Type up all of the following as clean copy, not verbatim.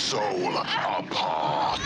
soul apart.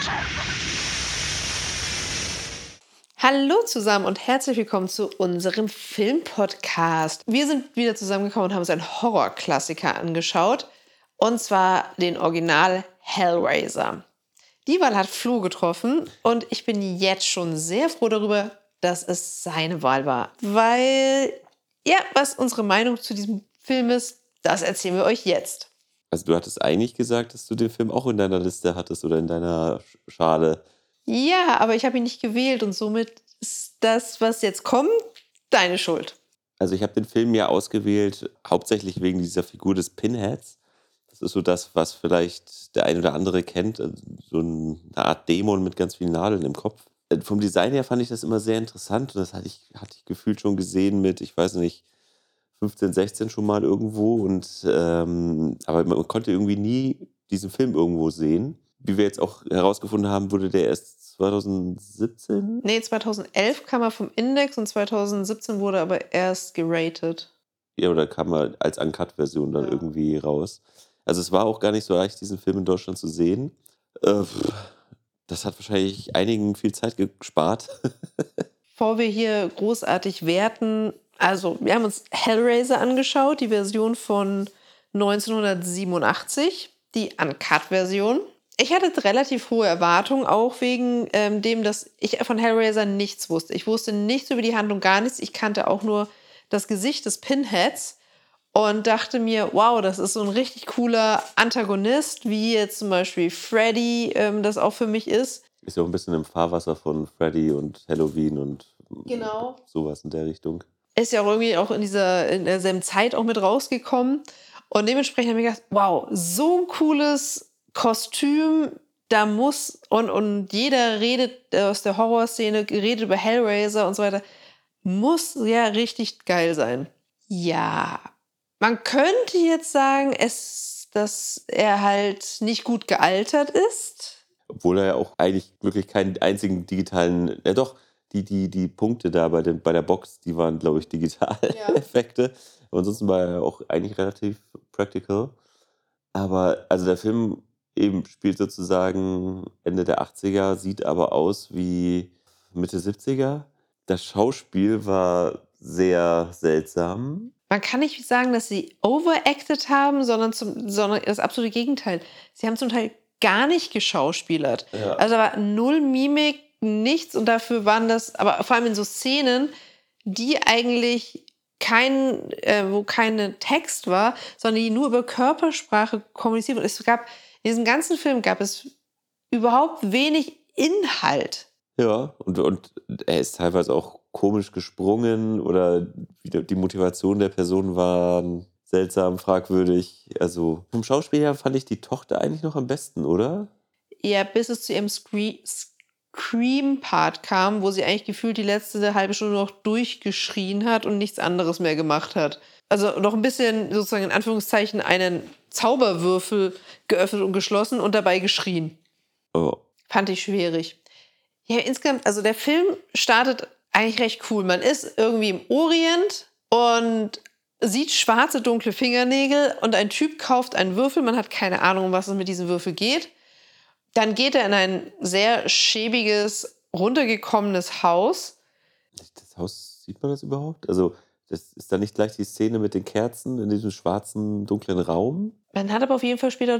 Hallo zusammen und herzlich willkommen zu unserem Filmpodcast. Wir sind wieder zusammengekommen und haben uns einen Horrorklassiker angeschaut. Und zwar den Original Hellraiser. Die Wahl hat Flo getroffen und ich bin jetzt schon sehr froh darüber, dass es seine Wahl war. Weil, ja, was unsere Meinung zu diesem Film ist, das erzählen wir euch jetzt. Also du hattest eigentlich gesagt, dass du den Film auch in deiner Liste hattest oder in deiner Schale. Ja, aber ich habe ihn nicht gewählt und somit ist das, was jetzt kommt, deine Schuld. Also ich habe den Film ja ausgewählt, hauptsächlich wegen dieser Figur des Pinheads. Das ist so das, was vielleicht der ein oder andere kennt, also so eine Art Dämon mit ganz vielen Nadeln im Kopf. Vom Design her fand ich das immer sehr interessant und das hatte ich gefühlt schon gesehen mit, ich weiß nicht, 15, 16 schon mal irgendwo. Aber man konnte irgendwie nie diesen Film irgendwo sehen. Wie wir jetzt auch herausgefunden haben, wurde der erst 2017? Nee, 2011 kam er vom Index und 2017 wurde aber erst geratet. Ja, oder kam er als Uncut-Version dann irgendwie raus. Also es war auch gar nicht so leicht, diesen Film in Deutschland zu sehen. Das hat wahrscheinlich einigen viel Zeit gespart. Bevor wir hier großartig werten, also wir haben uns Hellraiser angeschaut, die Version von 1987, die Uncut-Version. Ich hatte relativ hohe Erwartungen, auch wegen dem, dass ich von Hellraiser nichts wusste. Ich wusste nichts über die Handlung, gar nichts. Ich kannte auch nur das Gesicht des Pinheads und dachte mir, wow, das ist so ein richtig cooler Antagonist, wie jetzt zum Beispiel Freddy das auch für mich ist. Ist ja auch ein bisschen im Fahrwasser von Freddy und Halloween und Genau. Sowas in der Richtung. Ist ja auch irgendwie auch in derselben Zeit auch mit rausgekommen. Und dementsprechend habe ich gedacht, wow, so ein cooles Kostüm, da muss, und jeder redet aus der Horrorszene, redet über Hellraiser und so weiter, muss ja richtig geil sein. Ja, man könnte jetzt sagen, dass er halt nicht gut gealtert ist. Obwohl er ja auch eigentlich wirklich keinen einzigen digitalen, ja doch, die Punkte da bei der Box, die waren, glaube ich, Digital-Effekte. Aber ansonsten war er auch eigentlich relativ practical. Aber also der Film eben spielt sozusagen Ende der 80er, sieht aber aus wie Mitte 70er. Das Schauspiel war sehr seltsam. Man kann nicht sagen, dass sie overacted haben, sondern das absolute Gegenteil. Sie haben zum Teil gar nicht geschauspielert. Ja. Also da war null Mimik, nichts und dafür waren das, aber vor allem in so Szenen, die eigentlich wo kein Text war, sondern die nur über Körpersprache kommuniziert wurden. In diesem ganzen Film gab es überhaupt wenig Inhalt. Ja, und er ist teilweise auch komisch gesprungen oder die Motivation der Person war seltsam, fragwürdig. Also vom Schauspiel her fand ich die Tochter eigentlich noch am besten, oder? Ja, bis es zu ihrem Scream-Part kam, wo sie eigentlich gefühlt die letzte halbe Stunde noch durchgeschrien hat und nichts anderes mehr gemacht hat. Also noch ein bisschen sozusagen in Anführungszeichen einen Zauberwürfel geöffnet und geschlossen und dabei geschrien. Oh. Fand ich schwierig. Ja, insgesamt, also der Film startet eigentlich recht cool. Man ist irgendwie im Orient und sieht schwarze, dunkle Fingernägel und ein Typ kauft einen Würfel. Man hat keine Ahnung, um was es mit diesem Würfel geht. Dann geht er in ein sehr schäbiges, runtergekommenes Haus. Das Haus, sieht man das überhaupt? Also das ist da nicht gleich die Szene mit den Kerzen in diesem schwarzen, dunklen Raum? Man hat aber auf jeden Fall später,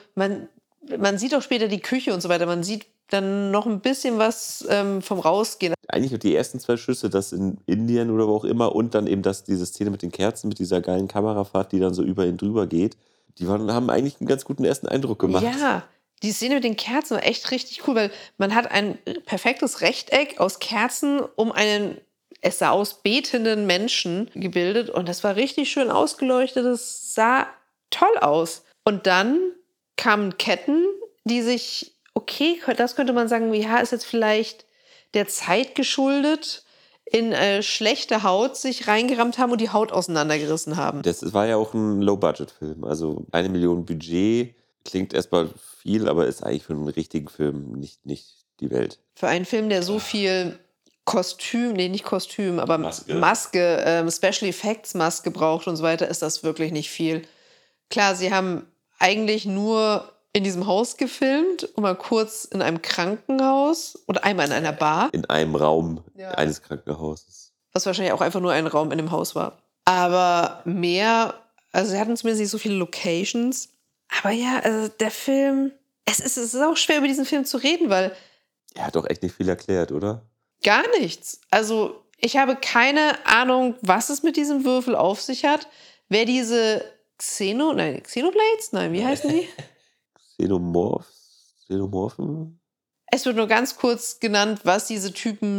man sieht auch später die Küche und so weiter. Man sieht dann noch ein bisschen was vom Rausgehen. Eigentlich die ersten 2 Schüsse, das in Indien oder wo auch immer, und dann eben diese Szene mit den Kerzen, mit dieser geilen Kamerafahrt, die dann so über ihn drüber geht, haben eigentlich einen ganz guten ersten Eindruck gemacht. Ja, die Szene mit den Kerzen war echt richtig cool, weil man hat ein perfektes Rechteck aus Kerzen um einen, es sah aus, betenden Menschen gebildet und das war richtig schön ausgeleuchtet, das sah toll aus. Und dann kamen Ketten, die sich, okay, das könnte man sagen, ja, ist jetzt vielleicht der Zeit geschuldet, in schlechte Haut sich reingerammt haben und die Haut auseinandergerissen haben. Das war ja auch ein Low-Budget-Film, also 1 Million Budget, klingt erstmal viel, aber ist eigentlich für einen richtigen Film nicht die Welt. Für einen Film, der so viel nicht Kostüm, aber Maske, Special Effects Maske braucht und so weiter, ist das wirklich nicht viel. Klar, sie haben eigentlich nur in diesem Haus gefilmt und mal kurz in einem Krankenhaus oder einmal in einer Bar, In einem Raum eines Krankenhauses. was wahrscheinlich auch einfach nur ein Raum in dem Haus war. Aber mehr, also sie hatten zumindest nicht so viele Locations. Aber ja, also der Film, es ist auch schwer über diesen Film zu reden, weil Er hat doch echt nicht viel erklärt, oder? gar nichts. Also ich habe keine Ahnung, was es mit diesem Würfel auf sich hat. Wer diese Xenoblades? Nein, wie heißen die? Xenomorphen? Es wird nur ganz kurz genannt, was diese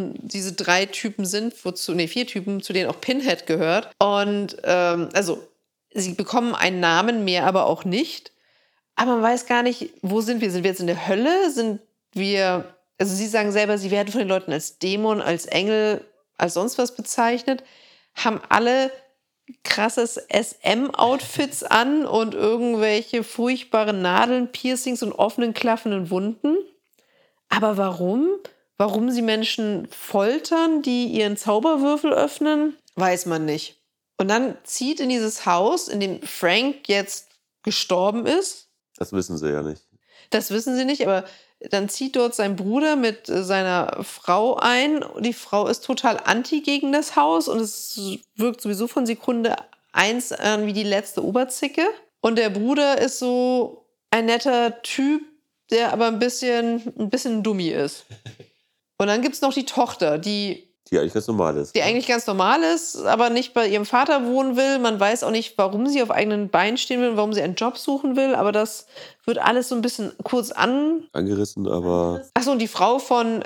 3 Typen sind, 4 Typen, zu denen auch Pinhead gehört. Und also sie bekommen einen Namen, mehr aber auch nicht. Aber man weiß gar nicht, wo sind wir? Sind wir jetzt in der Hölle? Sind wir, also sie sagen selber, sie werden von den Leuten als Dämon, als Engel, als sonst was bezeichnet, haben alle krasses SM-Outfits an und irgendwelche furchtbaren Nadeln, Piercings und offenen, klaffenden Wunden. Aber warum? Warum sie Menschen foltern, die ihren Zauberwürfel öffnen, weiß man nicht. Und dann zieht in dieses Haus, in dem Frank jetzt gestorben ist. Das wissen sie ja nicht. Das wissen sie nicht, aber dann zieht dort sein Bruder mit seiner Frau ein. Die Frau ist total anti gegen das Haus und es wirkt sowieso von Sekunde 1 an wie die letzte Oberzicke. Und der Bruder ist so ein netter Typ, der aber ein bisschen ein Dummi ist. Und dann gibt es noch die Tochter, die eigentlich ganz normal ist. Die eigentlich ganz normal ist, aber nicht bei ihrem Vater wohnen will. Man weiß auch nicht, warum sie auf eigenen Beinen stehen will, warum sie einen Job suchen will. Aber das wird alles so ein bisschen kurz angerissen, aber... Achso, und die Frau von,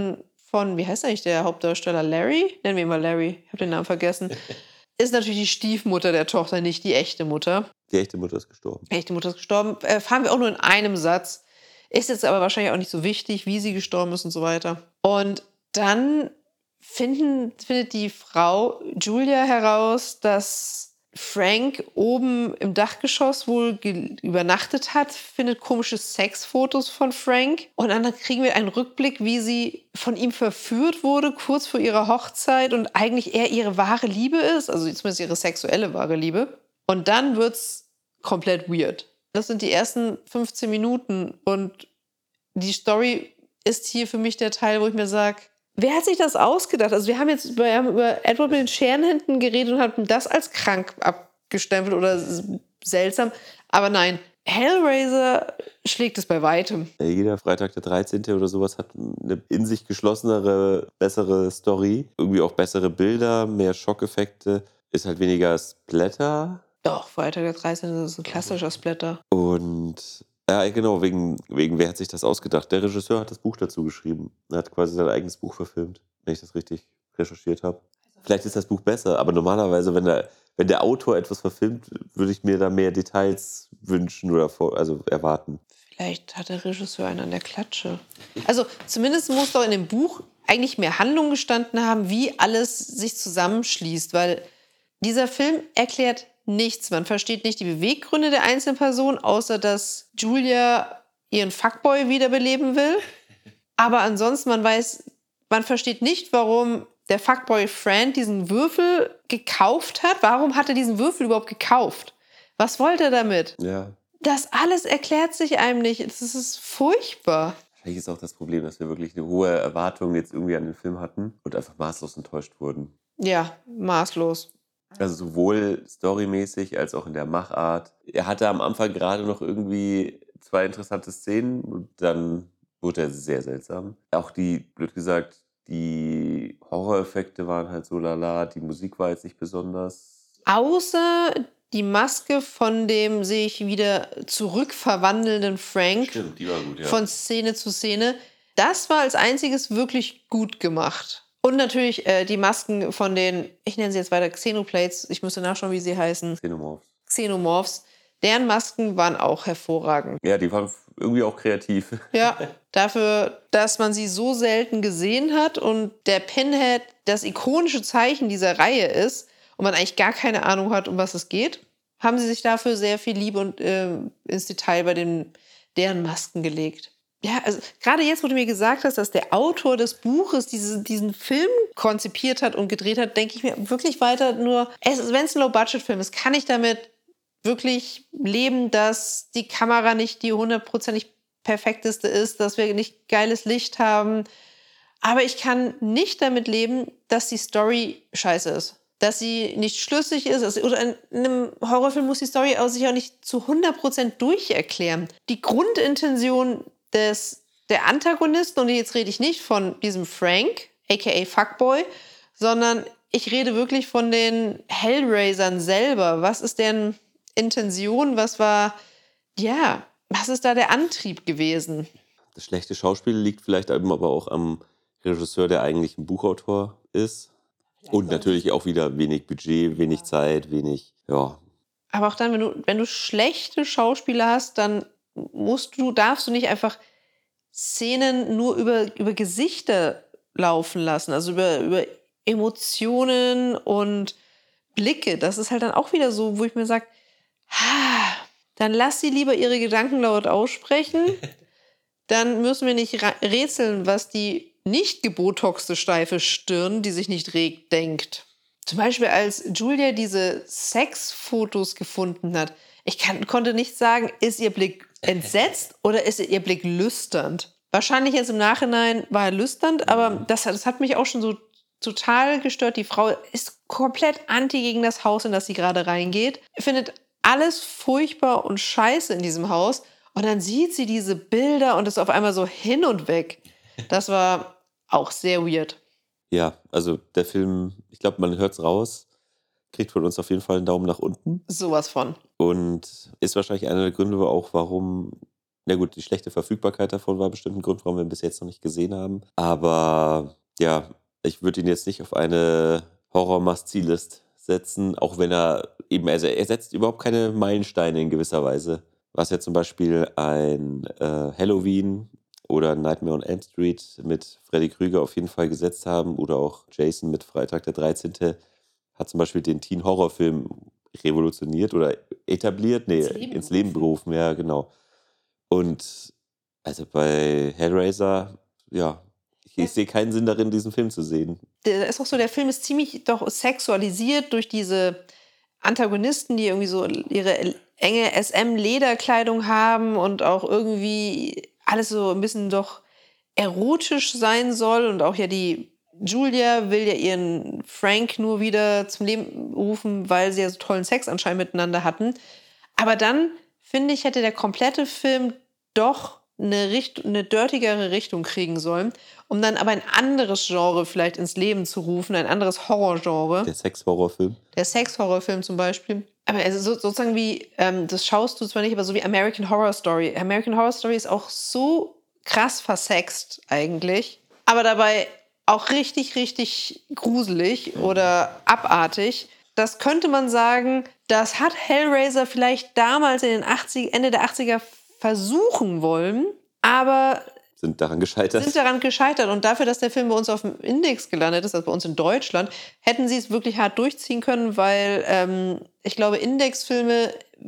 wie heißt eigentlich der Hauptdarsteller? Larry? Nennen wir ihn mal Larry. Ich habe den Namen vergessen. Ist natürlich die Stiefmutter der Tochter, nicht die echte Mutter. Die echte Mutter ist gestorben. Die echte Mutter ist gestorben. Fahren wir auch nur in einem Satz. Ist jetzt aber wahrscheinlich auch nicht so wichtig, wie sie gestorben ist und so weiter. Und dann findet die Frau Julia heraus, dass Frank oben im Dachgeschoss wohl übernachtet hat, findet komische Sexfotos von Frank. Und dann kriegen wir einen Rückblick, wie sie von ihm verführt wurde, kurz vor ihrer Hochzeit und eigentlich er ihre wahre Liebe ist, also zumindest ihre sexuelle wahre Liebe. Und dann wird's komplett weird. Das sind die ersten 15 Minuten und die Story ist hier für mich der Teil, wo ich mir sage, wer hat sich das ausgedacht? Also wir haben jetzt über Edward mit den Scherenhänden geredet und haben das als krank abgestempelt oder seltsam. Aber nein, Hellraiser schlägt es bei weitem. Ja, jeder Freitag der 13. oder sowas hat eine in sich geschlossenere, bessere Story. Irgendwie auch bessere Bilder, mehr Schockeffekte. Ist halt weniger Splatter. Doch, Freitag der 13. ist ein klassischer Splatter. Und ja, genau, wegen wer hat sich das ausgedacht? Der Regisseur hat das Buch dazu geschrieben. Er hat quasi sein eigenes Buch verfilmt, wenn ich das richtig recherchiert habe. Vielleicht ist das Buch besser, aber normalerweise, wenn der Autor etwas verfilmt, würde ich mir da mehr Details wünschen oder erwarten. Vielleicht hat der Regisseur einen an der Klatsche. Also zumindest muss doch in dem Buch eigentlich mehr Handlung gestanden haben, wie alles sich zusammenschließt, weil dieser Film erklärt nichts. Man versteht nicht die Beweggründe der einzelnen Person, außer dass Julia ihren Fuckboy wiederbeleben will. Aber ansonsten, man versteht nicht, warum der Fuckboy Friend diesen Würfel gekauft hat. Warum hat er diesen Würfel überhaupt gekauft? Was wollte er damit? Ja. Das alles erklärt sich einem nicht. Das ist furchtbar. Wahrscheinlich ist auch das Problem, dass wir wirklich eine hohe Erwartung jetzt irgendwie an den Film hatten und einfach maßlos enttäuscht wurden. Ja, maßlos. Also sowohl storymäßig als auch in der Machart. Er hatte am Anfang gerade noch irgendwie 2 interessante Szenen und dann wurde er sehr seltsam. Auch blöd gesagt, die Horroreffekte waren halt so lala, die Musik war jetzt nicht besonders. Außer die Maske von dem sich wieder zurückverwandelnden Frank. Stimmt, die war gut, ja. Von Szene zu Szene. Das war als einziges wirklich gut gemacht. Und natürlich die Masken von den, ich nenne sie jetzt weiter Xenoblades, ich müsste nachschauen, wie sie heißen. Xenomorphs. Deren Masken waren auch hervorragend. Ja, die waren irgendwie auch kreativ. Ja, dafür, dass man sie so selten gesehen hat und der Pinhead das ikonische Zeichen dieser Reihe ist und man eigentlich gar keine Ahnung hat, um was es geht, haben sie sich dafür sehr viel Liebe und ins Detail bei deren Masken gelegt. Ja, also gerade jetzt, wo du mir gesagt hast, dass der Autor des Buches diesen Film konzipiert hat und gedreht hat, denke ich mir wirklich weiter nur, wenn es ein Low-Budget-Film ist, kann ich damit wirklich leben, dass die Kamera nicht die 100%ig perfekteste ist, dass wir nicht geiles Licht haben. Aber ich kann nicht damit leben, dass die Story scheiße ist. Dass sie nicht schlüssig ist. Oder in einem Horrorfilm muss die Story auch sich auch nicht zu 100% durcherklären. Die Grundintention der Antagonisten, und jetzt rede ich nicht von diesem Frank, aka Fuckboy, sondern ich rede wirklich von den Hellraisern selber. Was ist deren Intention? Was ist da der Antrieb gewesen? Das schlechte Schauspiel liegt vielleicht eben aber auch am Regisseur, der eigentlich ein Buchautor ist. Und natürlich auch wieder wenig Budget, wenig Zeit, ja. Aber auch dann, wenn du schlechte Schauspieler hast, dann darfst du nicht einfach Szenen nur über Gesichter laufen lassen, also über Emotionen und Blicke. Das ist halt dann auch wieder so, wo ich mir sage, dann lass sie lieber ihre Gedanken laut aussprechen. Dann müssen wir nicht rätseln, was die nicht gebotoxte steife Stirn, die sich nicht regt, denkt. Zum Beispiel, als Julia diese Sexfotos gefunden hat, konnte nicht sagen, ist ihr Blick entsetzt oder ist ihr Blick lüsternd. Wahrscheinlich jetzt im Nachhinein war er lüsternd, aber das hat mich auch schon so total gestört. Die Frau ist komplett anti gegen das Haus, in das sie gerade reingeht. Findet alles furchtbar und scheiße in diesem Haus. Und dann sieht sie diese Bilder und ist auf einmal so hin und weg. Das war auch sehr weird. Ja, also der Film, ich glaube, man hört es raus, kriegt von uns auf jeden Fall einen Daumen nach unten. Sowas von. Und ist wahrscheinlich einer der Gründe auch, warum, na gut, die schlechte Verfügbarkeit davon war bestimmt ein Grund, warum wir ihn bis jetzt noch nicht gesehen haben. Aber ja, ich würde ihn jetzt nicht auf eine Horror-Must-See-List setzen, auch wenn er setzt überhaupt keine Meilensteine in gewisser Weise. Was ja zum Beispiel ein Halloween oder Nightmare on Elm Street mit Freddy Krüger auf jeden Fall gesetzt haben oder auch Jason mit Freitag der 13. hat zum Beispiel den Teen-Horror-Film revolutioniert oder etabliert, ins Leben berufen, ja, genau. Und also bei Hellraiser, ja, ich sehe keinen Sinn darin, diesen Film zu sehen. Der ist auch so, der Film ist ziemlich doch sexualisiert durch diese Antagonisten, die irgendwie so ihre enge SM-Lederkleidung haben und auch irgendwie alles so ein bisschen doch erotisch sein soll. Und auch ja die Julia will ja ihren Frank nur wieder zum Leben rufen, weil sie ja so tollen Sex anscheinend miteinander hatten. Aber dann, finde ich, hätte der komplette Film doch eine dirtigere Richtung kriegen sollen, um dann aber ein anderes Genre vielleicht ins Leben zu rufen, ein anderes Horrorgenre. Der Sex-Horrorfilm. Der Sex-Horrorfilm zum Beispiel. Aber also sozusagen wie, das schaust du zwar nicht, aber so wie American Horror Story. American Horror Story ist auch so krass versext eigentlich, aber dabei auch richtig, richtig gruselig oder abartig. Das könnte man sagen, das hat Hellraiser vielleicht damals in den Ende der 80er versuchen wollen, aber sind daran gescheitert. Und dafür, dass der Film bei uns auf dem Index gelandet ist, also bei uns in Deutschland, hätten sie es wirklich hart durchziehen können, weil ich glaube, Indexfilme,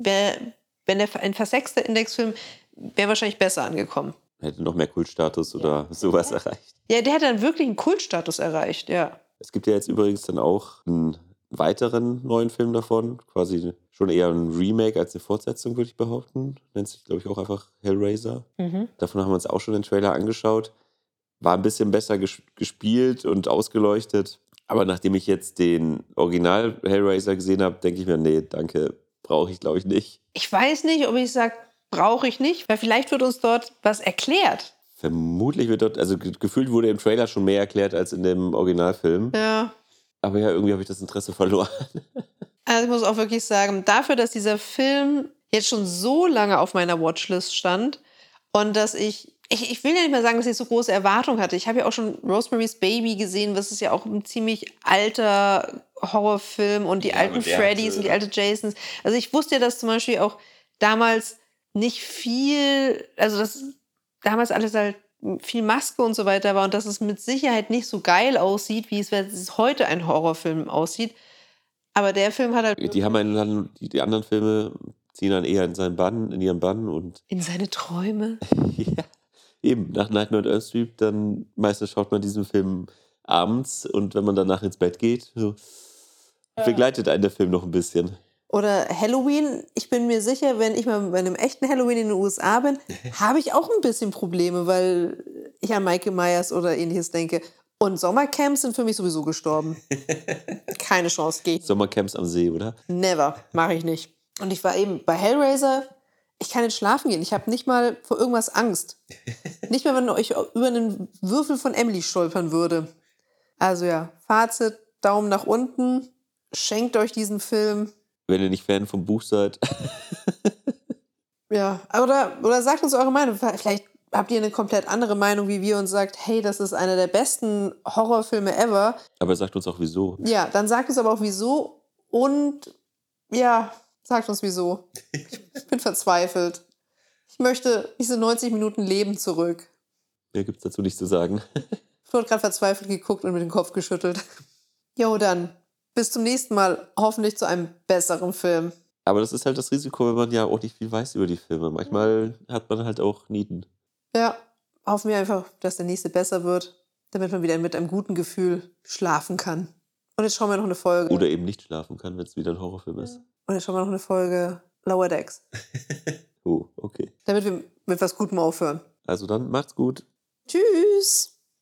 ein versexter Indexfilm wäre wahrscheinlich besser angekommen. Hätte noch mehr Kultstatus oder sowas erreicht. Ja, der hätte dann wirklich einen Kultstatus erreicht, ja. Es gibt ja jetzt übrigens dann auch einen weiteren neuen Film davon, quasi schon eher ein Remake als eine Fortsetzung, würde ich behaupten. Nennt sich, glaube ich, auch einfach Hellraiser. Davon haben wir uns auch schon den Trailer angeschaut. War ein bisschen besser gespielt und ausgeleuchtet. Aber nachdem ich jetzt den Original Hellraiser gesehen habe, denke ich mir, nee, danke, brauche ich, glaube ich, nicht. Ich weiß nicht, ob ich sage, brauche ich nicht, weil vielleicht wird uns dort was erklärt. Vermutlich wird dort, also gefühlt wurde im Trailer schon mehr erklärt als in dem Originalfilm. Ja. Aber ja, irgendwie habe ich das Interesse verloren. Also ich muss auch wirklich sagen, dafür, dass dieser Film jetzt schon so lange auf meiner Watchlist stand und dass ich will ja nicht mal sagen, dass ich so große Erwartungen hatte. Ich habe ja auch schon Rosemary's Baby gesehen, was ist ja auch ein ziemlich alter Horrorfilm und die alten Freddys und die alten Jasons. Also ich wusste ja, dass zum Beispiel auch damals nicht viel, also dass damals alles halt viel Maske und so weiter war und dass es mit Sicherheit nicht so geil aussieht, wie es heute ein Horrorfilm aussieht. Aber der Film hat halt... Die anderen Filme ziehen dann eher in ihren Bann und... In seine Träume. Ja, eben. Nach Nightmare on Elm Street, dann meistens schaut man diesen Film abends und wenn man danach ins Bett geht, so begleitet einen der Film noch ein bisschen. Oder Halloween. Ich bin mir sicher, wenn ich mal bei einem echten Halloween in den USA bin, habe ich auch ein bisschen Probleme, weil ich an Michael Myers oder ähnliches denke. Und Sommercamps sind für mich sowieso gestorben. Keine Chance, geht. Sommercamps am See, oder? Never, mache ich nicht. Und ich war eben bei Hellraiser, ich kann nicht schlafen gehen. Ich habe nicht mal vor irgendwas Angst. Nicht mehr, wenn ich über einen Würfel von Emily stolpern würde. Also ja, Fazit, Daumen nach unten. Schenkt euch diesen Film. Wenn ihr nicht Fan vom Buch seid. Ja, oder sagt uns eure Meinung. Vielleicht habt ihr eine komplett andere Meinung wie wir und sagt, hey, das ist einer der besten Horrorfilme ever. Aber sagt uns auch wieso. Ja, dann sagt uns aber auch wieso und ja, sagt uns wieso. Ich bin verzweifelt. Ich möchte diese 90 Minuten Leben zurück. Mehr gibt's dazu nicht zu sagen. Ich wurde gerade verzweifelt geguckt und mit dem Kopf geschüttelt. Jo, dann bis zum nächsten Mal. Hoffentlich zu einem besseren Film. Aber das ist halt das Risiko, wenn man ja auch nicht viel weiß über die Filme. Manchmal hat man halt auch Nieten. Ja, hoffen wir einfach, dass der nächste besser wird, damit man wieder mit einem guten Gefühl schlafen kann. Und jetzt schauen wir noch eine Folge. Oder eben nicht schlafen kann, wenn es wieder ein Horrorfilm ist. Und jetzt schauen wir noch eine Folge Lower Decks. Oh, okay. Damit wir mit was Gutem aufhören. Also dann macht's gut. Tschüss!